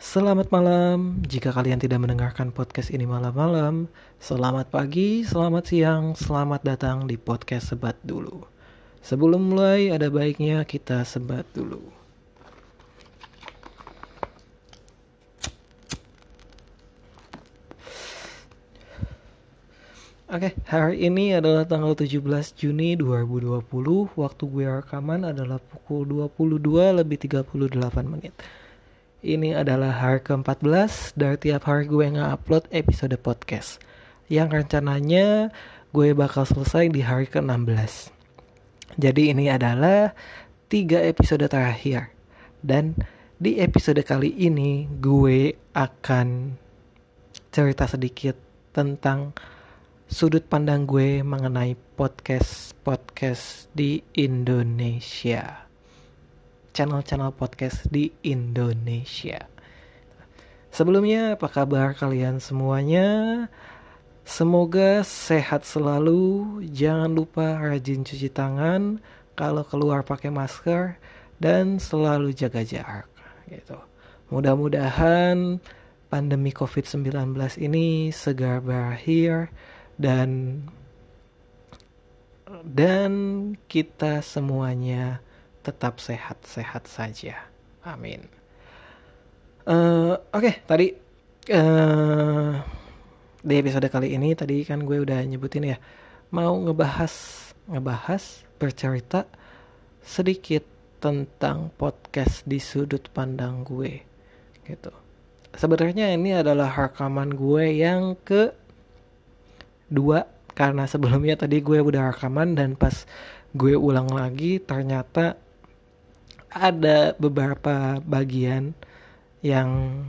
Selamat malam, jika kalian tidak mendengarkan podcast ini malam-malam, selamat pagi, selamat siang, selamat datang di podcast Sebat Dulu. Sebelum mulai, ada baiknya kita sebat dulu. Oke, hari ini adalah tanggal 17 Juni 2020. Waktu gue rekaman adalah pukul 22:38. Ini adalah hari ke-14 dari tiap hari gue nge-upload episode podcast, yang rencananya gue bakal selesai di hari ke-16. Jadi ini adalah 3 episode terakhir. Dan di episode kali ini gue akan cerita sedikit tentang sudut pandang gue mengenai podcast di Indonesia. Channel-channel podcast di Indonesia. Sebelumnya, apa kabar kalian semuanya? Semoga sehat selalu. Jangan lupa rajin cuci tangan, kalau keluar pakai masker, dan selalu jaga jarak gitu. Mudah-mudahan pandemi COVID-19 ini segera berakhir dan kita semuanya tetap sehat-sehat saja. Amin. Oke, tadi di episode kali ini tadi kan gue udah nyebutin ya, mau ngebahas bercerita sedikit tentang podcast di sudut pandang gue gitu. Sebenarnya ini adalah rekaman gue yang kedua, karena sebelumnya tadi gue udah rekaman dan pas gue ulang lagi ternyata ada beberapa bagian yang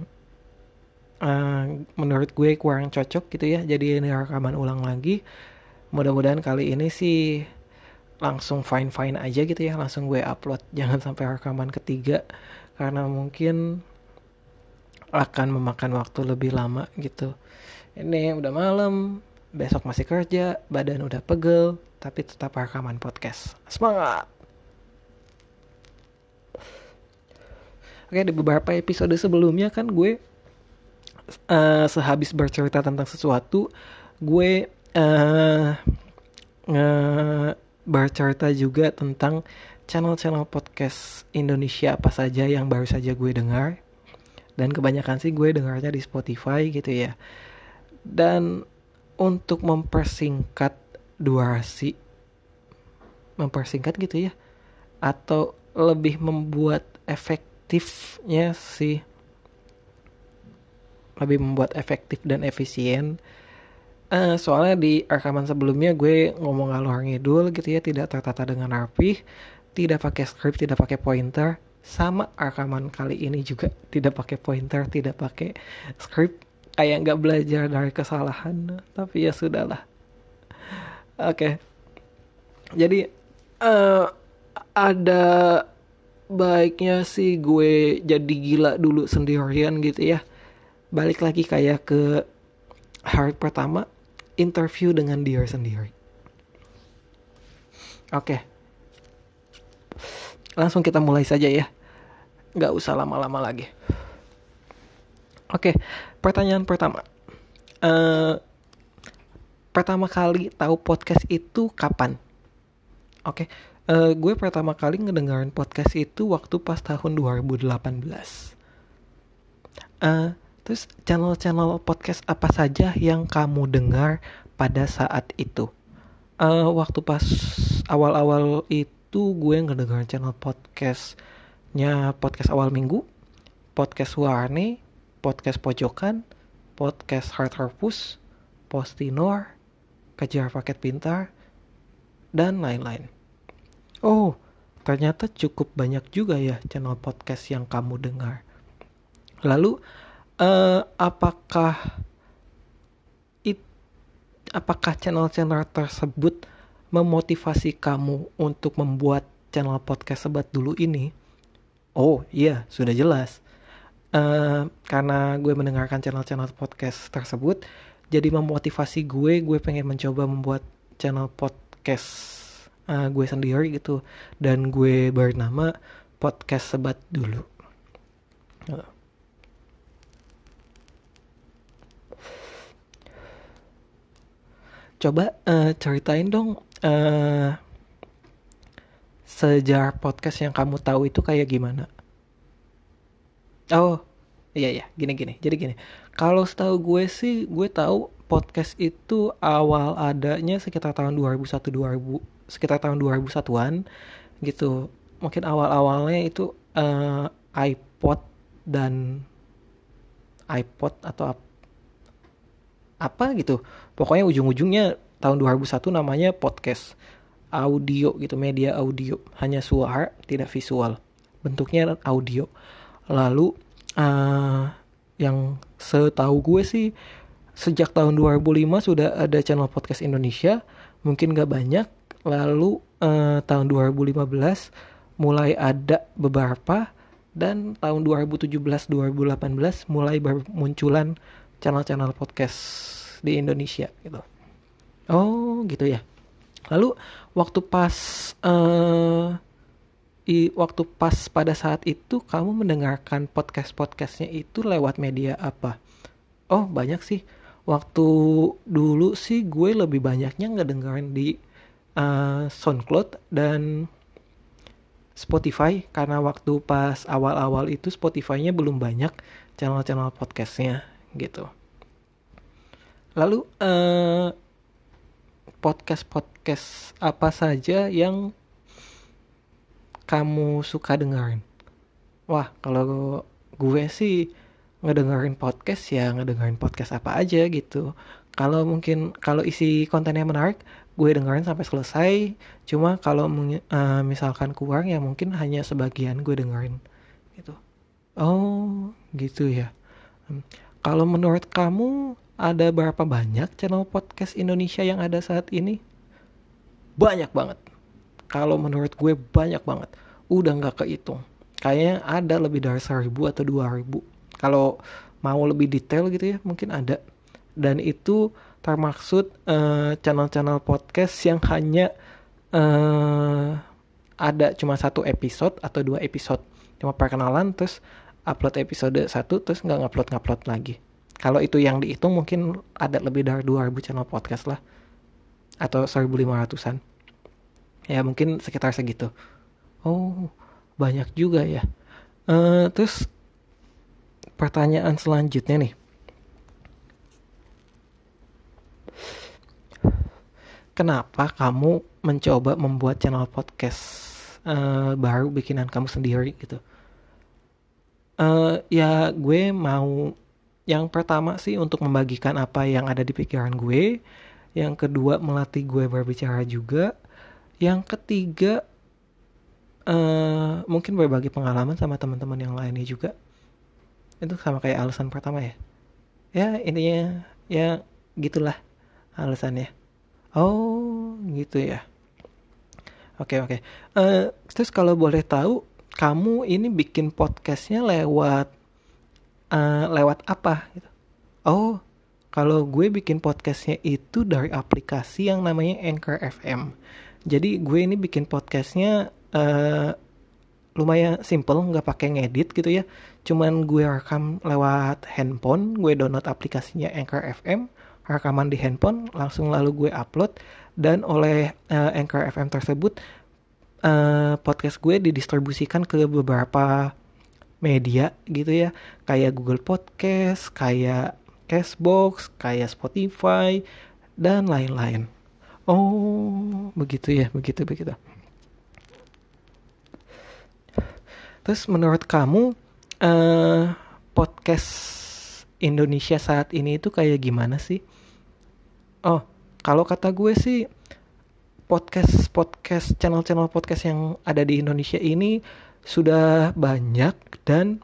menurut gue kurang cocok gitu ya. Jadi ini rekaman ulang lagi. Mudah-mudahan kali ini sih langsung fine-fine aja gitu ya, langsung gue upload. Jangan sampai rekaman ketiga, karena mungkin akan memakan waktu lebih lama gitu. Ini udah malam, besok masih kerja, badan udah pegel, tapi tetap rekaman podcast. Semangat! Oke, di beberapa episode sebelumnya kan gue sehabis bercerita tentang sesuatu, gue bercerita juga tentang channel-channel podcast Indonesia apa saja yang baru saja gue dengar. Dan kebanyakan sih gue dengarnya di Spotify gitu ya. Dan untuk mempersingkat durasi, mempersingkat gitu ya, atau lebih membuat efektifnya sih, lebih membuat efektif dan efisien. Soalnya di rekaman sebelumnya gue ngomong ngalor ngidul gitu ya, tidak tertata dengan rapih, tidak pakai skrip, tidak pakai pointer. Sama rekaman kali ini juga tidak pakai pointer, tidak pakai skrip, kayak nggak belajar dari kesalahan. Tapi ya sudahlah. Oke. Jadi ada baiknya sih gue jadi gila dulu sendirian gitu ya. Balik lagi kayak ke hari pertama, interview dengan diri sendiri. Oke. Langsung kita mulai saja ya. Gak usah lama-lama lagi. Oke, pertanyaan pertama. Pertama kali tahu podcast itu kapan? Oke, gue pertama kali ngedengerin podcast itu waktu pas tahun 2018. Terus channel-channel podcast apa saja yang kamu dengar pada saat itu? Waktu pas awal-awal itu gue ngedengerin channel podcastnya Podcast Awal Minggu, Podcast Warni, Podcast Pojokan, Podcast Hard Harpus, Postinor, Kejar Paket Pintar, dan lain-lain. Oh, ternyata cukup banyak juga ya channel podcast yang kamu dengar. Lalu, apakah channel-channel tersebut memotivasi kamu untuk membuat channel podcast Sebat Dulu ini? Oh iya, sudah jelas. Karena gue mendengarkan channel-channel podcast tersebut, jadi memotivasi gue pengen mencoba membuat channel podcast gue sendiri gitu, dan gue bernama Podcast Sebat Dulu. Coba ceritain dong sejarah podcast yang kamu tahu itu kayak gimana? Oh, iya iya, gini-gini. Jadi gini, kalau setahu gue sih, gue tahu podcast itu awal adanya sekitar tahun 2001 2000, sekitar tahun 2001-an gitu. Mungkin awal-awalnya itu iPod dan iPod atau apa gitu. Pokoknya ujung-ujungnya tahun 2001 namanya podcast. Audio gitu, media audio. Hanya suara, tidak visual. Bentuknya audio. Lalu yang setahu gue sih sejak tahun 2005 sudah ada channel podcast Indonesia, mungkin gak banyak. Lalu tahun 2015 mulai ada beberapa, dan tahun 2017-2018 mulai bermunculan channel-channel podcast di Indonesia gitu. Oh gitu ya. Lalu waktu pas eh waktu pas pada saat itu kamu mendengarkan podcast-podcastnya itu lewat media apa? Oh banyak sih. Waktu dulu sih gue lebih banyaknya ngedengerin di SoundCloud dan Spotify, karena waktu pas awal-awal itu Spotify-nya belum banyak channel-channel podcastnya gitu. Lalu podcast-podcast apa saja yang kamu suka dengerin? Wah, kalau gue sih ngedengerin podcast ya ngedengerin podcast apa aja gitu. Kalau mungkin kalau isi kontennya menarik, gue dengerin sampai selesai. Cuma kalau misalkan kurang ya mungkin hanya sebagian gue dengerin gitu. Oh, gitu ya. Kalau menurut kamu ada berapa banyak channel podcast Indonesia yang ada saat ini? Banyak banget. Kalau menurut gue banyak banget. Udah nggak kehitung. Kayaknya ada lebih dari 1.000 atau 2.000. Kalau mau lebih detail gitu ya, mungkin ada. Dan itu termaksud channel-channel podcast yang hanya ada cuma satu episode atau 2 episode. Cuma perkenalan, terus upload episode 1, terus nggak ngupload lagi. Kalau itu yang dihitung mungkin ada lebih dari 2.000 channel podcast lah. Atau 1.500-an. Ya mungkin sekitar segitu. Oh, banyak juga ya. Terus pertanyaan selanjutnya nih. Kenapa kamu mencoba membuat channel podcast baru bikinan kamu sendiri gitu? Ya gue mau yang pertama sih untuk membagikan apa yang ada di pikiran gue. Yang kedua melatih gue berbicara juga. Yang ketiga mungkin berbagi pengalaman sama teman-teman yang lainnya juga. Itu sama kayak alasan pertama ya. Ya intinya ya gitulah alasannya. Oh gitu ya. Oke oke. Terus kalau boleh tahu kamu ini bikin podcastnya lewat apa gitu? Oh, kalau gue bikin podcastnya itu dari aplikasi yang namanya Anchor FM. Jadi gue ini bikin podcastnya lumayan simple, nggak pakai ngedit gitu ya. Cuman gue rekam lewat handphone, gue download aplikasinya Anchor FM, rekaman di handphone, langsung lalu gue upload, dan oleh Anchor FM tersebut podcast gue didistribusikan ke beberapa media gitu ya, kayak Google Podcast, kayak Castbox, kayak Spotify, dan lain-lain. Oh, begitu ya, begitu. Terus menurut kamu podcast Indonesia saat ini itu kayak gimana sih? Oh, kalau kata gue sih channel-channel podcast yang ada di Indonesia ini sudah banyak, dan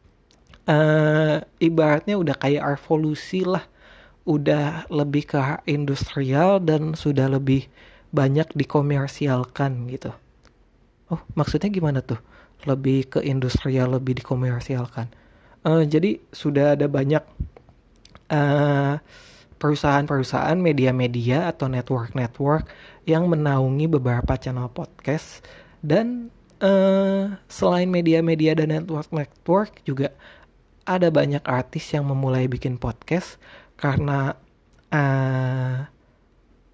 ibaratnya udah kayak revolusi lah, udah lebih ke industrial dan sudah lebih banyak dikomersialkan gitu. Oh, maksudnya gimana tuh? Lebih ke industrial, lebih dikomersialkan. Jadi sudah ada banyak perusahaan-perusahaan, media-media atau network-network yang menaungi beberapa channel podcast. Dan selain media-media dan network-network juga ada banyak artis yang memulai bikin podcast karena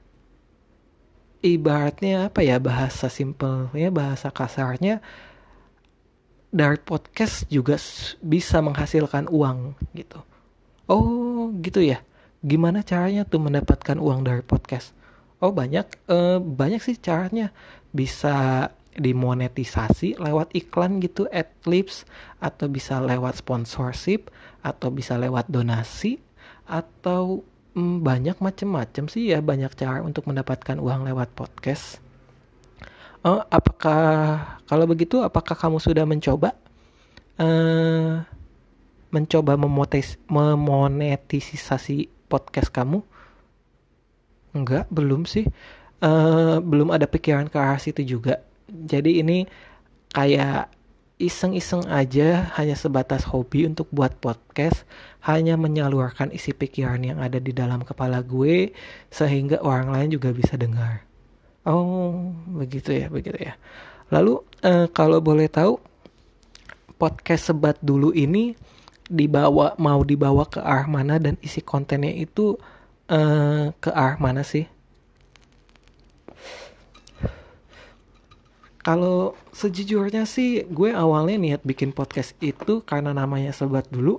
ibaratnya apa ya, bahasa simpelnya, bahasa kasarnya, dari podcast juga bisa menghasilkan uang gitu. Oh gitu ya. Gimana caranya tuh mendapatkan uang dari podcast? Oh banyak, banyak sih caranya. Bisa dimonetisasi lewat iklan gitu, adlibs, atau bisa lewat sponsorship, atau bisa lewat donasi, atau banyak macam-macam sih ya, banyak cara untuk mendapatkan uang lewat podcast. Oh, kalau begitu apakah kamu sudah mencoba eh mencoba memonetisasi podcast kamu? Enggak, belum sih. Belum ada pikiran ke arah situ juga. Jadi ini kayak iseng-iseng aja, hanya sebatas hobi untuk buat podcast, hanya menyalurkan isi pikiran yang ada di dalam kepala gue, sehingga orang lain juga bisa dengar. Oh, begitu ya, begitu ya. Lalu kalau boleh tahu, podcast Sebat Dulu ini mau dibawa ke arah mana, dan isi kontennya itu ke arah mana sih? Kalau sejujurnya sih, gue awalnya niat bikin podcast itu karena namanya Sebat Dulu.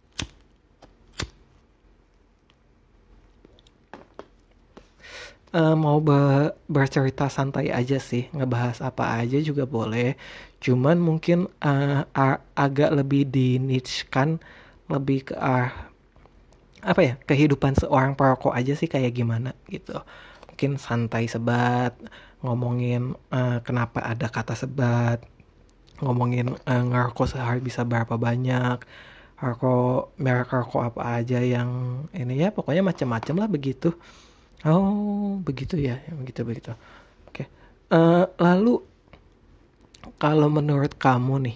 Mau bercerita santai aja sih, ngebahas apa aja juga boleh. Cuman mungkin agak lebih di niche kan, lebih ke arah apa ya, kehidupan seorang perokok aja sih, kayak gimana gitu. Mungkin santai sebat, ngomongin kenapa ada kata sebat, ngomongin ngerokok sehari bisa berapa banyak, merek rokok apa aja yang ini ya, pokoknya macam-macam lah begitu. Oh begitu ya, begitu begitu. Oke. Lalu kalau menurut kamu nih,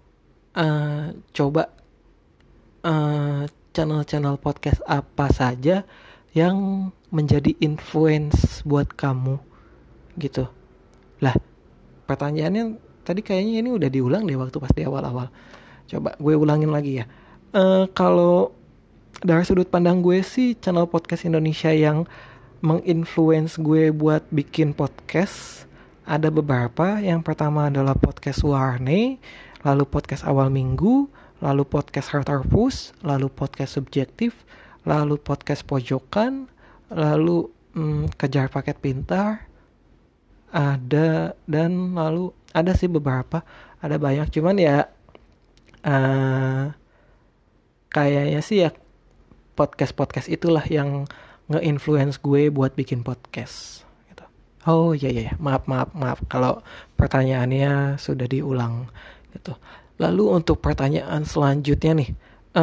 coba channel-channel podcast apa saja yang menjadi influence buat kamu gitu. Lah, pertanyaannya tadi kayaknya ini udah diulang deh waktu pas di awal-awal. Coba gue ulangin lagi ya. Kalau dari sudut pandang gue sih, channel podcast Indonesia yang menginfluence gue buat bikin podcast ada beberapa. Yang pertama adalah podcast Warne, lalu podcast Awal Minggu, lalu podcast Hartarpus, lalu podcast Subjektif, lalu podcast Pojokan, lalu Kejar Paket Pintar, ada, dan lalu ada sih beberapa, ada banyak, cuman ya kayaknya sih ya podcast-podcast itulah yang nge-influence gue buat bikin podcast gitu. Oh iya iya, maaf kalau pertanyaannya sudah diulang gitu. Lalu untuk pertanyaan selanjutnya nih,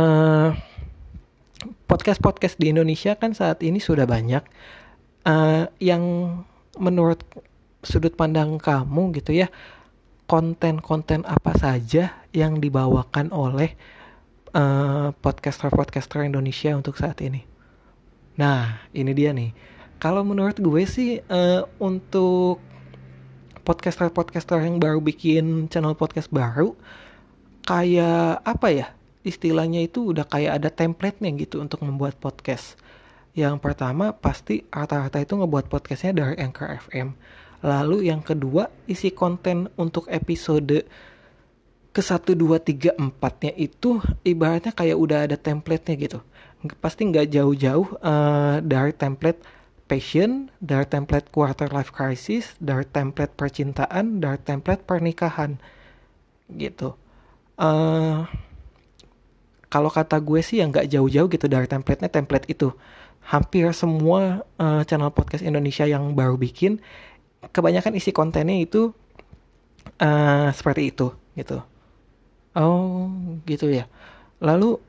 podcast-podcast di Indonesia kan saat ini sudah banyak. Yang menurut sudut pandang kamu gitu ya, konten-konten apa saja yang dibawakan oleh podcaster-podcaster Indonesia untuk saat ini? Nah, ini dia nih. Kalau menurut gue sih, untuk podcaster-podcaster yang baru bikin channel podcast baru, kayak apa ya, istilahnya itu udah kayak ada template-nya gitu untuk membuat podcast. Yang pertama pasti rata-rata itu ngebuat podcastnya dari Anchor FM. Lalu yang kedua, isi konten untuk episode ke 1, 2, 3, 4-nya itu ibaratnya kayak udah ada template-nya gitu. Pasti nggak jauh-jauh dari template passion, dari template quarter life crisis, dari template percintaan, dari template pernikahan gitu. Kalau kata gue sih yang nggak jauh-jauh gitu dari template-nya, template itu. Hampir semua channel podcast Indonesia yang baru bikin, kebanyakan isi kontennya itu seperti itu gitu. Oh gitu ya. Lalu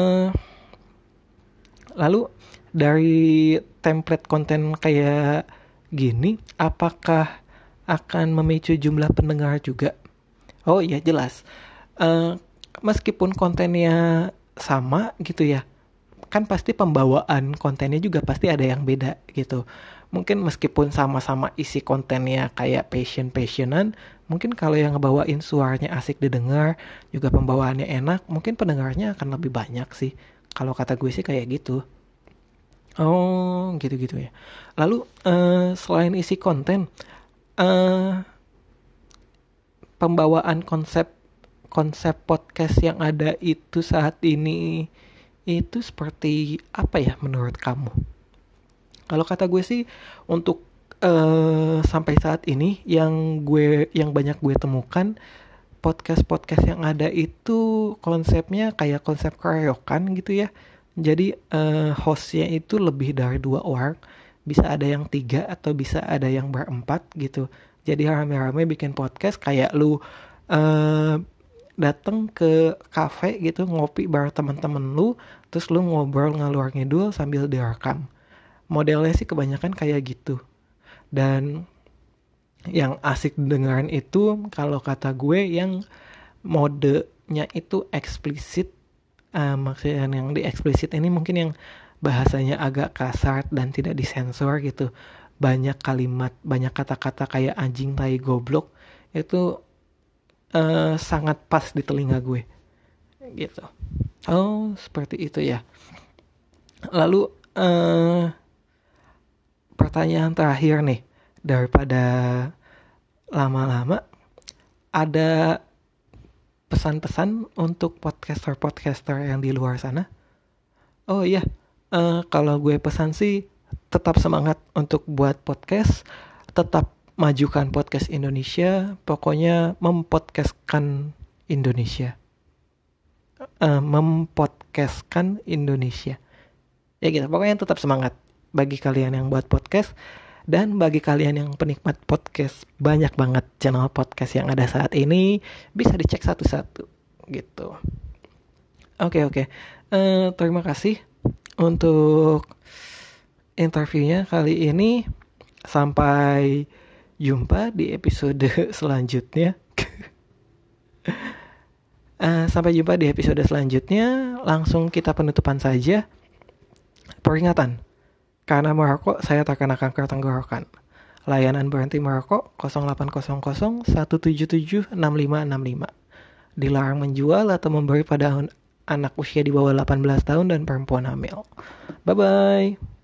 dari template konten kayak gini, apakah akan memicu jumlah pendengar juga? Oh iya jelas. Meskipun kontennya sama gitu ya, kan pasti pembawaan kontennya juga pasti ada yang beda gitu. Mungkin meskipun sama-sama isi kontennya kayak passionan, mungkin kalau yang ngebawain suaranya asik didengar, juga pembawaannya enak, mungkin pendengarnya akan lebih banyak sih. Kalau kata gue sih kayak gitu. Oh, gitu-gitu ya. Lalu selain isi konten, eh, pembawaan konsep konsep podcast yang ada itu saat ini itu seperti apa ya menurut kamu? Kalau kata gue sih untuk sampai saat ini yang banyak gue temukan podcast-podcast yang ada itu konsepnya kayak konsep keroyokan gitu ya. Jadi hostnya itu lebih dari 2 orang, bisa ada yang 3 atau bisa ada yang berempat gitu. Jadi rame-rame bikin podcast kayak lu eh, dateng ke kafe gitu ngopi bareng teman-teman lu, terus lu ngobrol ngalur ngidul sambil direkam. Modelnya sih kebanyakan kayak gitu. Dan yang asik dengerin itu kalau kata gue yang modenya itu eksplisit. Maksudnya yang di eksplisit ini mungkin yang bahasanya agak kasar dan tidak disensor gitu. Banyak kalimat, banyak kata-kata kayak anjing, tai, goblok itu sangat pas di telinga gue gitu. Oh, seperti itu ya. Lalu pertanyaan terakhir nih, daripada lama-lama, ada pesan-pesan untuk podcaster-podcaster yang di luar sana? Oh iya, kalau gue pesan sih tetap semangat untuk buat podcast, tetap majukan podcast Indonesia, pokoknya mempodcastkan Indonesia. Mempodcastkan Indonesia. Ya gitu, pokoknya tetap semangat bagi kalian yang buat podcast. Dan bagi kalian yang penikmat podcast, banyak banget channel podcast yang ada saat ini. Bisa dicek satu-satu gitu. Oke. Terima kasih untuk interviewnya kali ini. Sampai jumpa di episode selanjutnya. Sampai jumpa di episode selanjutnya. Langsung kita penutupan saja. Peringatan. Karena merokok, saya terkena kanker tenggorokan. Layanan berhenti merokok 0800 177 6565. Dilarang menjual atau memberi pada anak usia di bawah 18 tahun dan perempuan hamil. Bye-bye.